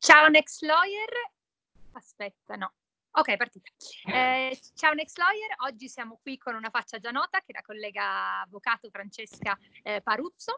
Ciao Next Lawyer. Aspetta, no. Ok, partita. Ciao Next Lawyer, oggi siamo qui con una faccia già nota, che è la collega avvocato Francesca Paruzzo,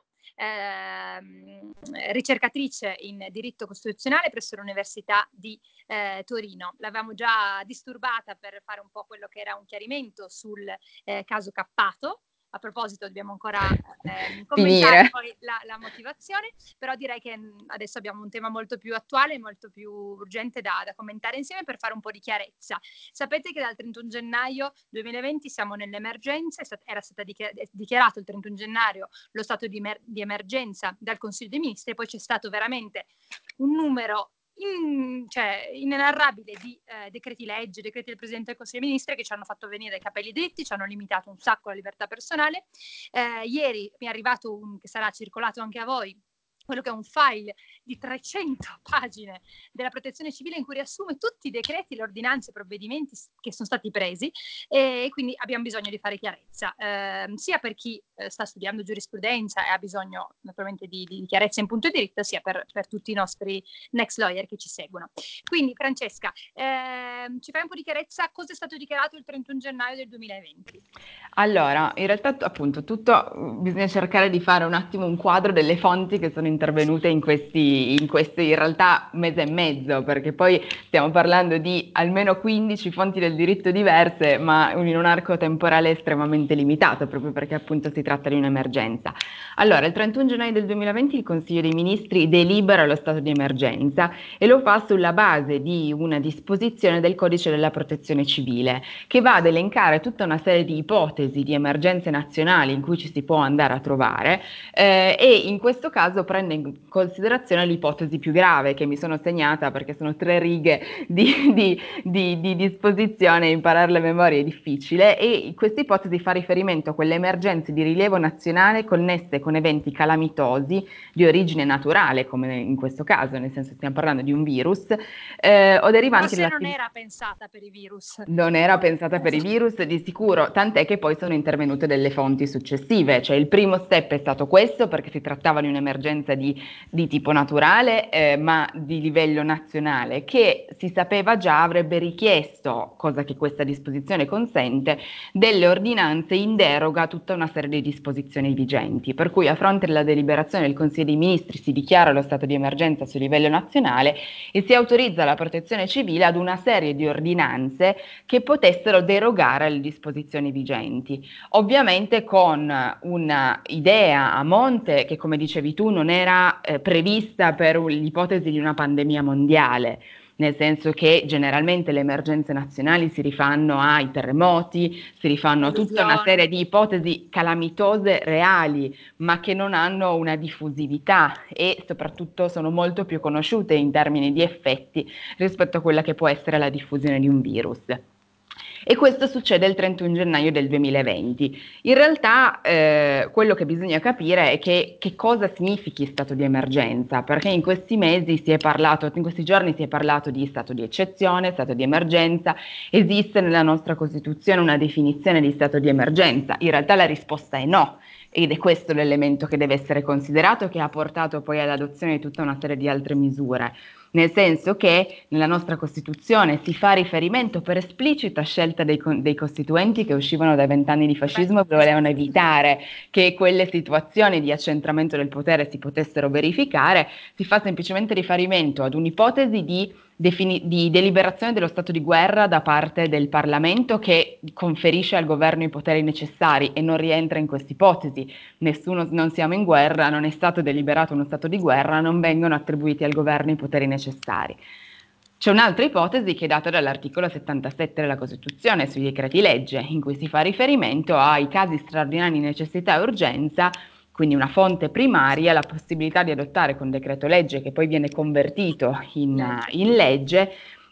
ricercatrice in diritto costituzionale presso l'Università di Torino. L'avevamo già disturbata per fare un po' quello che era un chiarimento sul caso Cappato. A proposito, dobbiamo ancora commentare poi la motivazione, però direi che adesso abbiamo un tema molto più attuale e molto più urgente da commentare insieme per fare un po' di chiarezza. Sapete che dal 31 gennaio 2020 siamo nell'emergenza, era stata dichiarato il 31 gennaio lo stato di emergenza dal Consiglio dei Ministri, e poi c'è stato veramente un numero inenarrabile di decreti legge, decreti del Presidente del Consiglio dei Ministri che ci hanno fatto venire i capelli dritti, ci hanno limitato un sacco la libertà personale. Ieri mi è arrivato che sarà circolato anche a voi, quello che è un file di 300 pagine della Protezione Civile in cui riassume tutti i decreti, le ordinanze, i provvedimenti che sono stati presi, e quindi abbiamo bisogno di fare chiarezza, sia per chi sta studiando giurisprudenza e ha bisogno naturalmente di chiarezza in punto di diritto, sia per tutti i nostri Next Lawyer che ci seguono. Quindi Francesca, ci fai un po' di chiarezza? Cosa è stato dichiarato il 31 gennaio del 2020? Allora, in realtà appunto bisogna cercare di fare un attimo un quadro delle fonti che sono intervenute in questi in realtà mese e mezzo, perché poi stiamo parlando di almeno 15 fonti del diritto diverse, ma in un arco temporale estremamente limitato, proprio perché appunto si tratta di un'emergenza. Allora, il 31 gennaio del 2020 il Consiglio dei Ministri delibera lo stato di emergenza e lo fa sulla base di una disposizione del Codice della Protezione Civile, che va ad elencare tutta una serie di ipotesi di emergenze nazionali in cui ci si può andare a trovare, e in questo caso prende in considerazione l'ipotesi più grave, che mi sono segnata perché sono 3 righe di disposizione, imparare le memorie è difficile, e questa ipotesi fa riferimento a quelle emergenze di rilievo nazionale connesse con eventi calamitosi di origine naturale, come in questo caso, nel senso stiamo parlando di un virus, o derivanti Forse non era pensata per i virus. Non era pensata per i virus di sicuro, tant'è che poi sono intervenute delle fonti successive, cioè il primo step è stato questo perché si trattava di un'emergenza di tipo naturale, ma di livello nazionale, che si sapeva già avrebbe richiesto, cosa che questa disposizione consente, delle ordinanze in deroga a tutta una serie di disposizioni vigenti, per cui a fronte della deliberazione del Consiglio dei Ministri si dichiara lo stato di emergenza su livello nazionale e si autorizza la Protezione Civile ad una serie di ordinanze che potessero derogare alle disposizioni vigenti. Ovviamente con una idea a monte che, come dicevi tu, non era prevista per l'ipotesi di una pandemia mondiale, nel senso che generalmente le emergenze nazionali si rifanno ai terremoti, si rifanno a tutta una serie di ipotesi calamitose reali, ma che non hanno una diffusività e soprattutto sono molto più conosciute in termini di effetti rispetto a quella che può essere la diffusione di un virus. E questo succede il 31 gennaio del 2020. In realtà quello che bisogna capire è che cosa significhi stato di emergenza, perché in questi mesi si è parlato, in questi giorni si è parlato di stato di eccezione, stato di emergenza. Esiste nella nostra Costituzione una definizione di stato di emergenza? In realtà la risposta è no. Ed è questo l'elemento che deve essere considerato, che ha portato poi all'adozione di tutta una serie di altre misure. Nel senso che nella nostra Costituzione si fa riferimento per esplicita scelta dei costituenti che uscivano dai 20 anni di fascismo e volevano evitare che quelle situazioni di accentramento del potere si potessero verificare, si fa semplicemente riferimento ad un'ipotesi di deliberazione dello stato di guerra da parte del Parlamento che conferisce al governo i poteri necessari e non rientra in questa ipotesi. Non siamo in guerra, non è stato deliberato uno stato di guerra, non vengono attribuiti al governo i poteri necessari. C'è un'altra ipotesi che è data dall'articolo 77 della Costituzione sui decreti legge, in cui si fa riferimento ai casi straordinari di necessità e urgenza, quindi una fonte primaria, la possibilità di adottare con decreto legge che poi viene convertito in legge,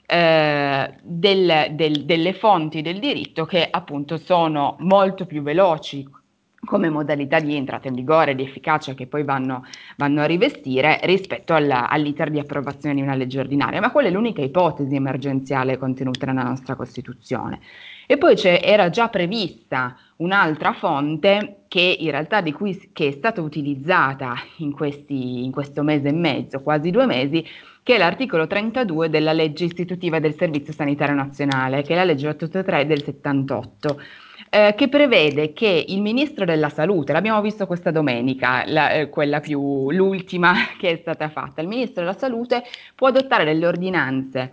delle fonti del diritto che appunto sono molto più veloci come modalità di entrata in vigore, di efficacia che poi vanno a rivestire rispetto all'iter di approvazione di una legge ordinaria, ma quella è l'unica ipotesi emergenziale contenuta nella nostra Costituzione. E poi era già prevista un'altra fonte che in realtà che è stata utilizzata in questo mese e mezzo, quasi 2 mesi, che è l'articolo 32 della legge istitutiva del Servizio Sanitario Nazionale, che è la legge 883 del 78. Che prevede che il ministro della Salute, l'abbiamo visto questa domenica, l'ultima che è stata fatta, il ministro della Salute può adottare delle ordinanze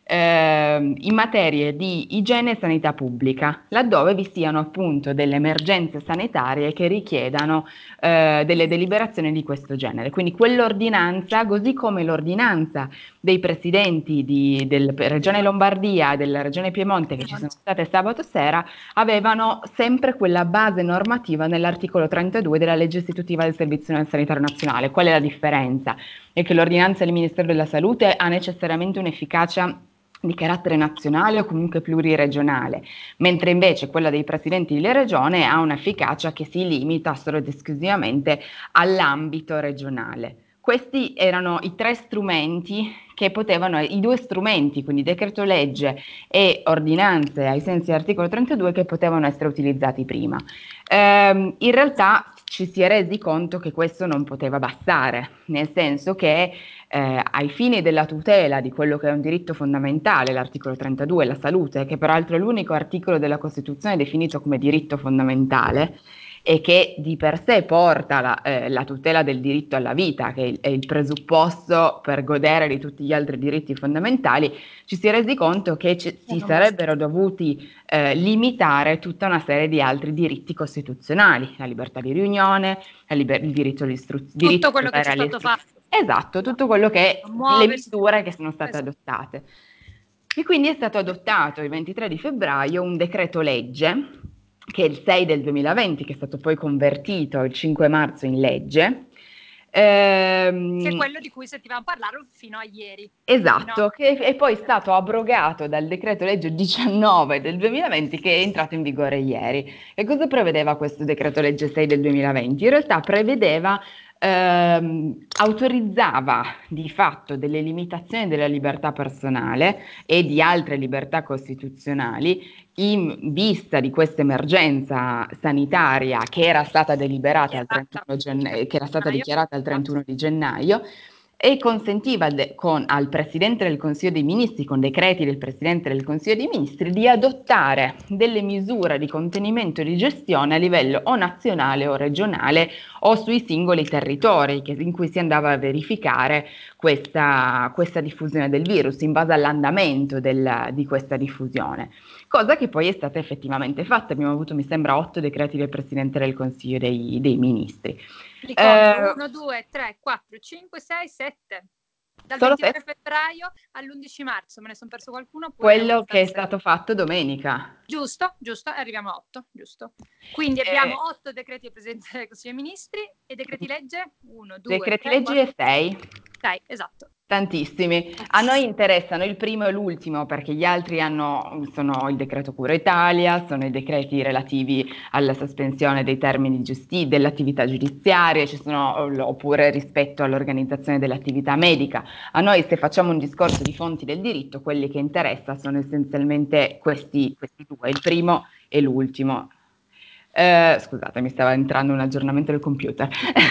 in materie di igiene e sanità pubblica, laddove vi siano appunto delle emergenze sanitarie che richiedano delle deliberazioni di questo genere. Quindi quell'ordinanza, così come l'ordinanza dei presidenti della Regione Lombardia e della Regione Piemonte che ci sono state sabato sera, avevano sempre quella base normativa nell'articolo 32 della legge istitutiva del Servizio Sanitario Nazionale. Qual è la differenza? È che l'ordinanza del Ministero della Salute ha necessariamente un'efficacia di carattere nazionale o comunque pluriregionale, mentre invece quella dei presidenti delle regioni ha un'efficacia che si limita solo ed esclusivamente all'ambito regionale. Questi erano i tre strumenti che potevano, i due strumenti, quindi decreto legge e ordinanze ai sensi dell'articolo 32 che potevano essere utilizzati prima. In realtà ci si è resi conto che questo non poteva bastare, nel senso che ai fini della tutela di quello che è un diritto fondamentale, l'articolo 32, la salute, che peraltro è l'unico articolo della Costituzione definito come diritto fondamentale e che di per sé porta la tutela del diritto alla vita, che è il presupposto per godere di tutti gli altri diritti fondamentali, ci si è resi conto che si sarebbero dovuti limitare tutta una serie di altri diritti costituzionali, la libertà di riunione, il diritto all'istruzione, Tutto quello che c'è stato fatto. esatto, tutto quello che le Muoversi. misure che sono state adottate. E quindi è stato adottato il 23 di febbraio un decreto legge, che è il 6 del 2020, che è stato poi convertito il 5 marzo in legge. Che è quello di cui sentivamo parlare fino a ieri. Esatto, che è poi stato abrogato dal decreto legge 19 del 2020 che è entrato in vigore ieri. E cosa prevedeva questo decreto legge 6 del 2020? In realtà prevedeva, autorizzava di fatto delle limitazioni della libertà personale e di altre libertà costituzionali in vista di questa emergenza sanitaria che era stata deliberata che era stata dichiarata il 31 di gennaio e consentiva al Presidente del Consiglio dei Ministri, con decreti del Presidente del Consiglio dei Ministri, di adottare delle misure di contenimento e di gestione a livello o nazionale o regionale o sui singoli territori in cui si andava a verificare questa diffusione del virus in base all'andamento di questa diffusione. Cosa che poi è stata effettivamente fatta. Abbiamo avuto, mi sembra, 8 decreti del Presidente del Consiglio dei Ministri. Li conto, 1, 2, 3, 4, 5, 6, 7. Dal Solo 23 febbraio all'11 marzo, me ne sono perso qualcuno? quello che è stato fatto domenica. Giusto, giusto, arriviamo a 8, giusto. Quindi abbiamo 8 decreti del Presidente del Consiglio dei Ministri e decreti legge 1, 2, Decreti 3, legge 4, 6. 6, esatto. Tantissimi. A noi interessano il primo e l'ultimo perché gli altri sono il decreto Cura Italia, sono i decreti relativi alla sospensione dei termini dell'attività giudiziaria, oppure rispetto all'organizzazione dell'attività medica. A noi, se facciamo un discorso di fonti del diritto, quelli che interessa sono essenzialmente questi due, il primo e l'ultimo. Scusate, mi stava entrando un aggiornamento del computer.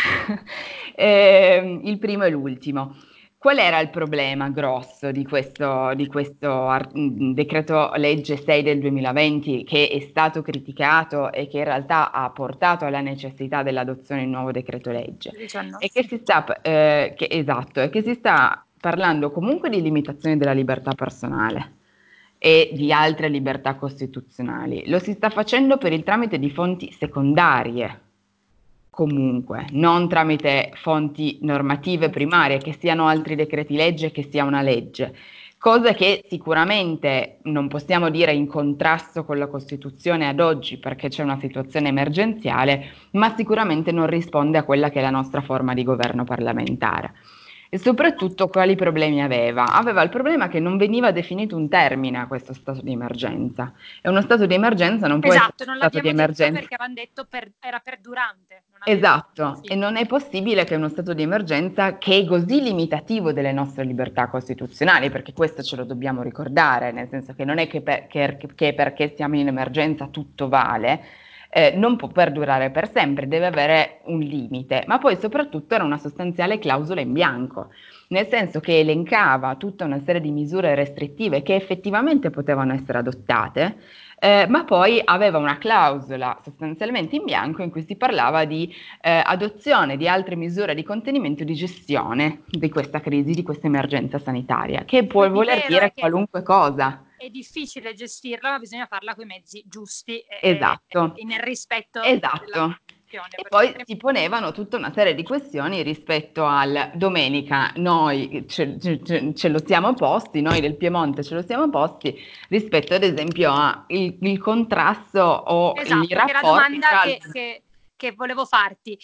Il primo e l'ultimo. Qual era il problema grosso di questo decreto legge 6 del 2020 che è stato criticato e che in realtà ha portato alla necessità dell'adozione di un nuovo decreto legge? 19. E esatto, è che si sta parlando comunque di limitazione della libertà personale e di altre libertà costituzionali. Lo si sta facendo per il tramite di fonti secondarie, comunque, non tramite fonti normative primarie, che siano altri decreti legge, che sia una legge. Cosa che sicuramente non possiamo dire in contrasto con la Costituzione ad oggi perché c'è una situazione emergenziale, ma sicuramente non risponde a quella che è la nostra forma di governo parlamentare. E soprattutto quali problemi aveva? Aveva il problema che non veniva definito un termine a questo stato di emergenza. E uno stato di emergenza non può essere Esatto, uno non stato di l'abbiamo detto emergenza. perché avevano detto era perdurante, non aveva Esatto, e fine. non è possibile che uno stato di emergenza che è così limitativo delle nostre libertà costituzionali, perché questo ce lo dobbiamo ricordare, nel senso che non è che perché siamo in emergenza tutto vale, non può perdurare per sempre, deve avere un limite, ma poi soprattutto era una sostanziale clausola in bianco, nel senso che elencava tutta una serie di misure restrittive che effettivamente potevano essere adottate, ma poi aveva una clausola sostanzialmente in bianco in cui si parlava di adozione di altre misure di contenimento e di gestione di questa crisi, di questa emergenza sanitaria, che può Quindi voler vero è dire che qualunque cosa. è difficile gestirla, ma bisogna farla con i mezzi giusti Esatto, e nel rispetto della esatto. Costituzione, E perché poi altrimenti si ponevano tutta una serie di questioni rispetto al domenica, noi ce lo siamo posti, noi del Piemonte ce lo siamo posti, rispetto ad esempio al contrasto o i esatto, che è la rapporti domanda tra... che volevo farti.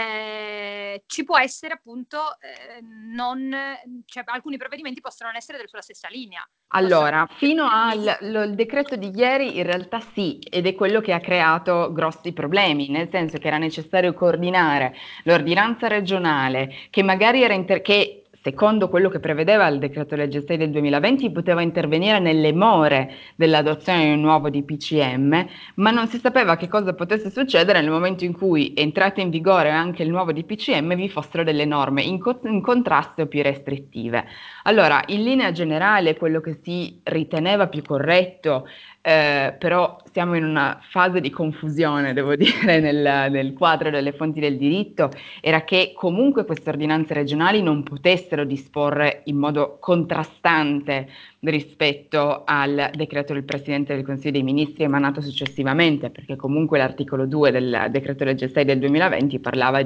Ci può essere appunto, cioè, alcuni provvedimenti possono non essere sulla stessa linea, possono Allora, essere fino divisi. al decreto di ieri in realtà sì, ed è quello che ha creato grossi problemi, nel senso che era necessario coordinare l'ordinanza regionale, che magari che secondo quello che prevedeva il decreto legge 6 del 2020 poteva intervenire nelle more dell'adozione di un nuovo DPCM, ma non si sapeva che cosa potesse succedere nel momento in cui, entrate in vigore anche il nuovo DPCM, vi fossero delle norme in contrasto o più restrittive. Allora, in linea generale, quello che si riteneva più corretto, però siamo in una fase di confusione, devo dire, nel quadro delle fonti del diritto, era che comunque queste ordinanze regionali non potessero disporre in modo contrastante rispetto al decreto del Presidente del Consiglio dei Ministri emanato successivamente, perché comunque l'articolo 2 del decreto legge 6 del 2020 parlava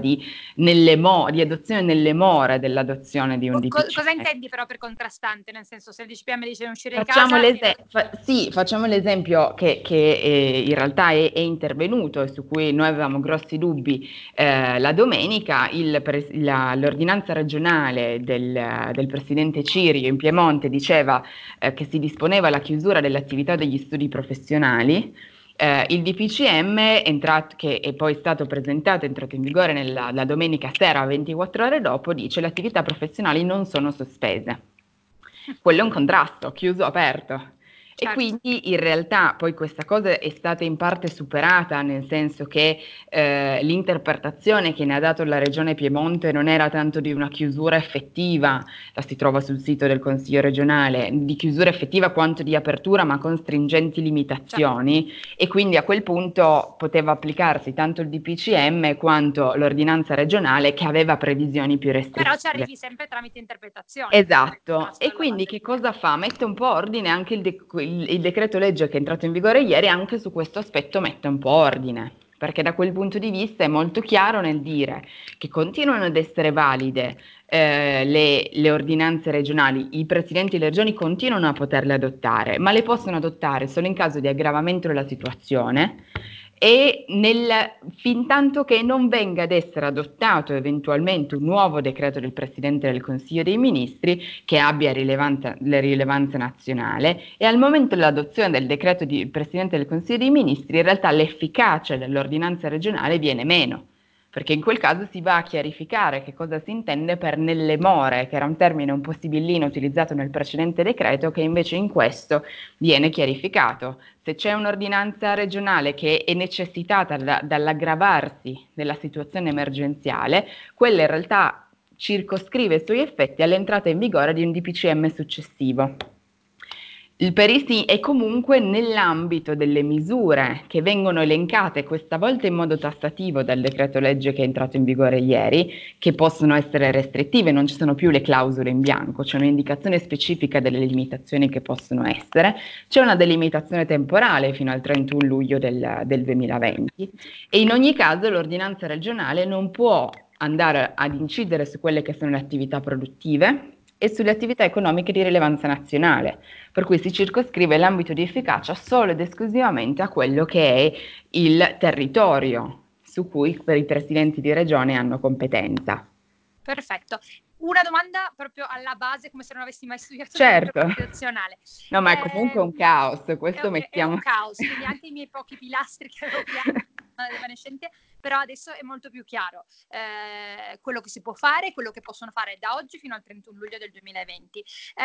di adozione nelle more dell'adozione di un Cosa DPCM. intendi però per contrastante? Nel senso, se il DCPM dice non uscire di Facciamo casa, sì, facciamo l'esempio che in realtà è intervenuto e su cui noi avevamo grossi dubbi la domenica, l'ordinanza regionale del presidente Cirio in Piemonte diceva che si disponeva la chiusura dell'attività degli studi professionali. Il DPCM che è poi stato presentato, è entrato in vigore la domenica sera, 24 ore dopo, dice le attività professionali non sono sospese. Quello è un contrasto, chiuso, aperto. E certo. quindi in realtà poi questa cosa è stata in parte superata, nel senso che l'interpretazione che ne ha dato la Regione Piemonte non era tanto di una chiusura effettiva, la si trova sul sito del Consiglio regionale, di chiusura effettiva quanto di apertura, ma con stringenti Certo. limitazioni, e quindi a quel punto poteva applicarsi tanto il DPCM quanto l'ordinanza regionale che aveva previsioni più Però ci restrittive. arrivi sempre tramite interpretazione, perché non è Esatto, rimasto e alla quindi base. che cosa fa? Mette un po' ordine anche il decreto legge che è entrato in vigore ieri, anche su questo aspetto mette un po' ordine, perché da quel punto di vista è molto chiaro nel dire che continuano ad essere valide le ordinanze regionali, i presidenti di regioni continuano a poterle adottare, ma le possono adottare solo in caso di aggravamento della situazione e fin tanto che non venga ad essere adottato eventualmente un nuovo decreto del Presidente del Consiglio dei Ministri che abbia rilevanza nazionale, e al momento dell'adozione del decreto del Presidente del Consiglio dei Ministri in realtà l'efficacia dell'ordinanza regionale viene meno, perché in quel caso si va a chiarificare che cosa si intende per nelle more, che era un termine un po' sibillino utilizzato nel precedente decreto, che invece in questo viene chiarificato. Se c'è un'ordinanza regionale che è necessitata dall'aggravarsi della situazione emergenziale, quella in realtà circoscrive i suoi effetti all'entrata in vigore di un DPCM successivo. Il Perisi è comunque nell'ambito delle misure che vengono elencate questa volta in modo tassativo dal decreto legge che è entrato in vigore ieri, che possono essere restrittive, non ci sono più le clausole in bianco, c'è un'indicazione specifica delle limitazioni che possono essere, c'è una delimitazione temporale fino al 31 luglio del 2020 e in ogni caso l'ordinanza regionale non può andare ad incidere su quelle che sono le attività produttive e sulle attività economiche di rilevanza nazionale, per cui si circoscrive l'ambito di efficacia solo ed esclusivamente a quello che è il territorio su cui i presidenti di regione hanno competenza. Perfetto. una domanda proprio alla base, come se non avessi mai studiato diritto Certo. costituzionale. No, ma è comunque un caos, questo È un mettiamo... caos, quindi anche i miei pochi pilastri che avevo creato evanescente, però adesso è molto più chiaro quello che si può fare, quello che possono fare da oggi fino al 31 luglio del 2020.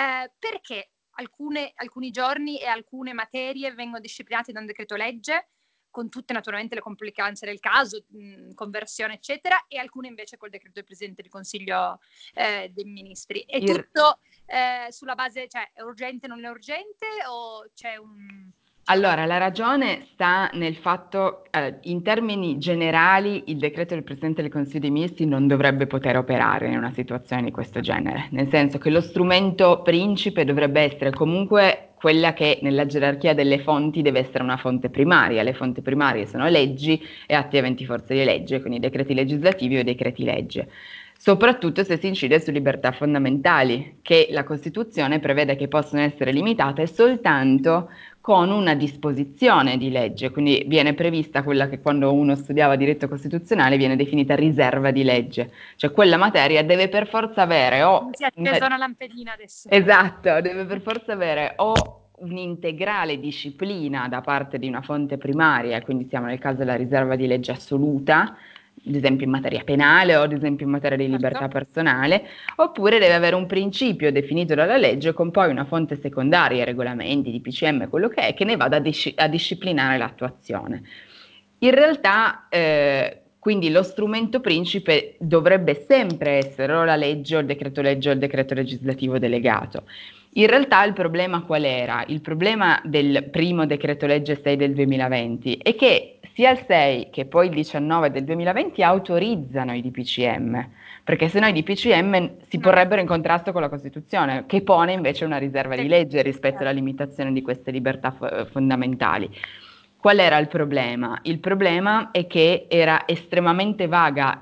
Perché alcuni giorni e alcune materie vengono disciplinate da un decreto legge, con tutte naturalmente le complicanze del caso, conversione eccetera, e alcune invece col decreto del Presidente del Consiglio dei Ministri. È tutto sulla base, cioè è urgente, non è urgente, o c'è un... Allora, la ragione sta nel fatto, in termini generali, il decreto del Presidente del Consiglio dei Ministri non dovrebbe poter operare in una situazione di questo genere, nel senso che lo strumento principe dovrebbe essere comunque quella che nella gerarchia delle fonti deve essere una fonte primaria. Le fonti primarie sono leggi e atti aventi forza di legge, quindi decreti legislativi o decreti legge. Soprattutto se si incide su libertà fondamentali, che la Costituzione prevede che possono essere limitate soltanto con una disposizione di legge, quindi viene prevista quella che quando uno studiava diritto costituzionale viene definita riserva di legge, cioè quella materia deve per forza avere o... Mi si è accesa una lampedina adesso. Esatto, deve per forza avere o un'integrale disciplina da parte di una fonte primaria, quindi siamo nel caso della riserva di legge assoluta, ad esempio in materia penale o ad esempio in materia di libertà personale, oppure deve avere un principio definito dalla legge con poi una fonte secondaria, regolamenti, DPCM, quello che è, che ne vada a disciplinare l'attuazione. In realtà, quindi lo strumento principe dovrebbe sempre essere o la legge o il decreto legge o il decreto legislativo delegato. In realtà il problema qual era? Il problema del primo decreto legge 6 del 2020 è che sia il 6 che poi il 19 del 2020 autorizzano i DPCM, perché sennò i DPCM si porrebbero in contrasto con la Costituzione, che pone invece una riserva di legge rispetto alla limitazione di queste libertà fondamentali. Qual era il problema? Il problema è che era estremamente vaga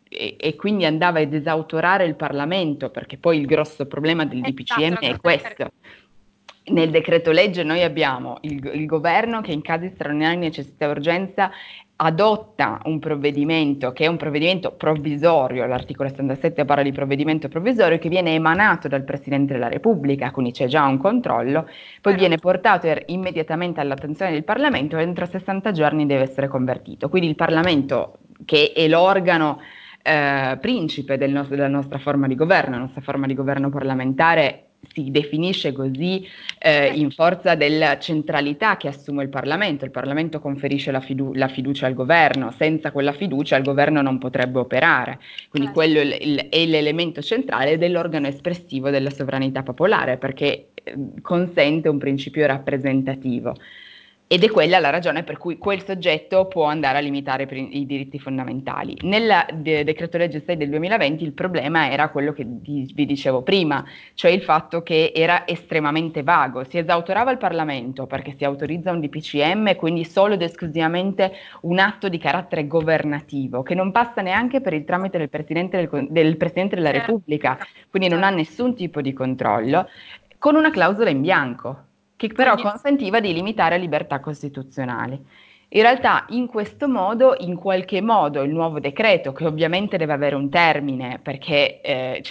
e quindi andava ad esautorare il Parlamento, perché poi il grosso problema del DPCM Esatto, è questo. Nel decreto legge noi abbiamo il governo che in casi straordinari di necessità e urgenza adotta un provvedimento che è un provvedimento provvisorio, l'articolo 77 parla di provvedimento provvisorio che viene emanato dal Presidente della Repubblica, quindi c'è già un controllo, poi viene portato immediatamente all'attenzione del Parlamento e entro 60 giorni deve essere convertito. Quindi il Parlamento, che è l'organo principe della nostra forma di governo, la nostra forma di governo parlamentare si definisce così in forza della centralità che assume il Parlamento. Il Parlamento conferisce la fiducia al governo, senza quella fiducia il governo non potrebbe operare. Quindi quello è l'elemento centrale dell'organo espressivo della sovranità popolare, perché consente un principio rappresentativo. Ed è quella la ragione per cui quel soggetto può andare a limitare i diritti fondamentali. Nel decreto legge 6 del 2020 il problema era quello che vi dicevo prima, cioè il fatto che era estremamente vago. Si esautorava il Parlamento perché si autorizza un DPCM, quindi solo ed esclusivamente un atto di carattere governativo, che non passa neanche per il tramite del Presidente della Repubblica, quindi non ha nessun tipo di controllo, con una clausola in bianco che però consentiva di limitare libertà costituzionali. In realtà, in questo modo, in qualche modo, il nuovo decreto, che ovviamente deve avere un termine, perché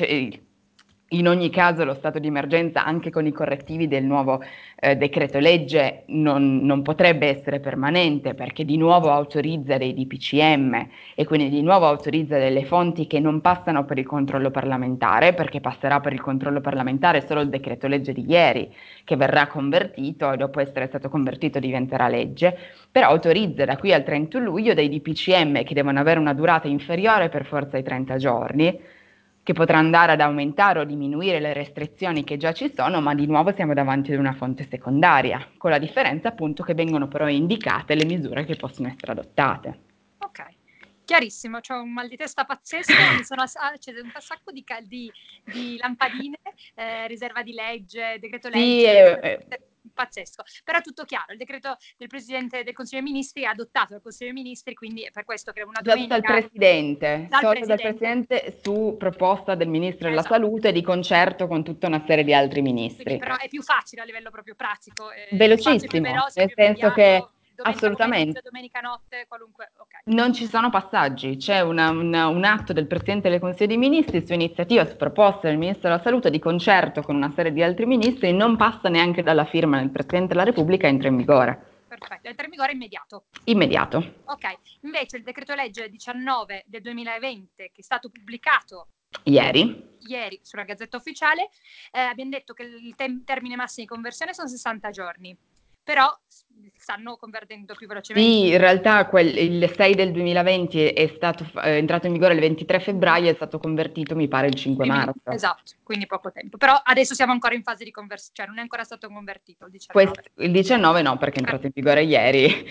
in ogni caso lo stato di emergenza, anche con i correttivi del nuovo decreto legge, non potrebbe essere permanente, perché di nuovo autorizza dei DPCM e quindi di nuovo autorizza delle fonti che non passano per il controllo parlamentare, perché passerà per il controllo parlamentare solo il decreto legge di ieri, che verrà convertito e dopo essere stato convertito diventerà legge, però autorizza da qui al 31 luglio dei DPCM che devono avere una durata inferiore per forza ai 30 giorni, che potrà andare ad aumentare o diminuire le restrizioni che già ci sono, ma di nuovo siamo davanti ad una fonte secondaria, con la differenza appunto che vengono però indicate le misure che possono essere adottate. Ok, chiarissimo, c'ho un mal di testa pazzesco, mi sono accese un sacco di lampadine, riserva di legge, decreto legge, pazzesco, però è tutto chiaro, il decreto del Presidente del Consiglio dei Ministri è adottato dal Consiglio dei Ministri, quindi è per questo che una domenica... Solo dal Presidente su proposta del Ministro della Salute di concerto con tutta una serie di altri ministri. Quindi però è più facile a livello proprio pratico, Velocissimo, nel senso che domenica pomeriggio, Assolutamente. domenica notte, qualunque, ok. Non ci sono passaggi, c'è un atto del Presidente del Consiglio dei Ministri su iniziativa, su proposta del Ministro della Salute di concerto con una serie di altri ministri, non passa neanche dalla firma del Presidente della Repubblica e entra in vigore. Perfetto, entra in vigore immediato. Immediato. Ok, invece il decreto legge 19 del 2020, che è stato pubblicato Ieri sulla Gazzetta Ufficiale, abbiamo detto che il termine massimo di conversione sono 60 giorni, però stanno convertendo più velocemente. Sì, in realtà il 6 del 2020 è stato entrato in vigore il 23 febbraio e è stato convertito, mi pare, il 5 marzo. Esatto, quindi poco tempo. Però adesso siamo ancora in fase di conversione, cioè non è ancora stato convertito il 19. Il 19 no, perché è entrato in vigore ieri.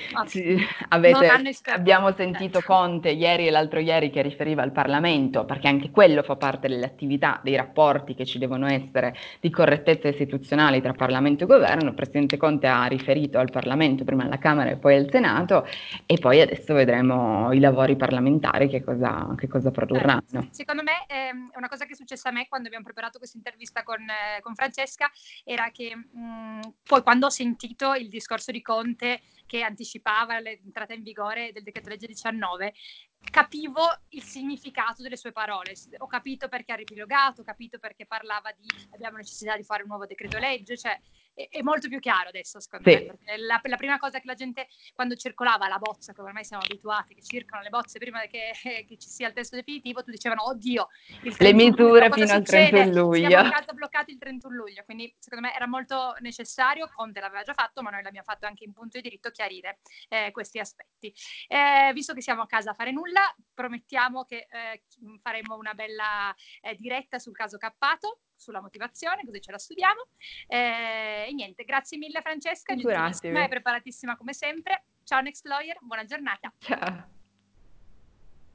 Abbiamo sentito Conte ieri e l'altro ieri che riferiva al Parlamento, perché anche quello fa parte delle attività, dei rapporti che ci devono essere di correttezza istituzionale tra Parlamento e Governo. Il Presidente Conte ha riferito al Parlamento, prima alla Camera e poi al Senato, e poi adesso vedremo i lavori parlamentari che cosa produrranno. Secondo me è una cosa che è successa a me quando abbiamo preparato questa intervista con Francesca, era che poi quando ho sentito il discorso di Conte che anticipava l'entrata in vigore del decreto legge 19, capivo il significato delle sue parole, ho capito perché ha riepilogato, ho capito perché parlava di abbiamo necessità di fare un nuovo decreto legge, cioè è molto più chiaro adesso secondo me, perché la prima cosa che la gente, quando circolava la bozza, che ormai siamo abituati che circolano le bozze prima che ci sia il testo definitivo, tu dicevano oddio, le misure cosa fino al succede? 31 luglio. Siamo in casa bloccati il 31 luglio, quindi secondo me era molto necessario, Conte l'aveva già fatto, ma noi l'abbiamo fatto anche in punto di diritto, chiarire questi aspetti. Visto che siamo a casa a fare nulla, promettiamo che faremo una bella diretta sul caso Cappato, sulla motivazione, così ce la studiamo. E niente, grazie mille Francesca, gentilissima e preparatissima come sempre. Ciao Next Lawyer, buona giornata. Ciao.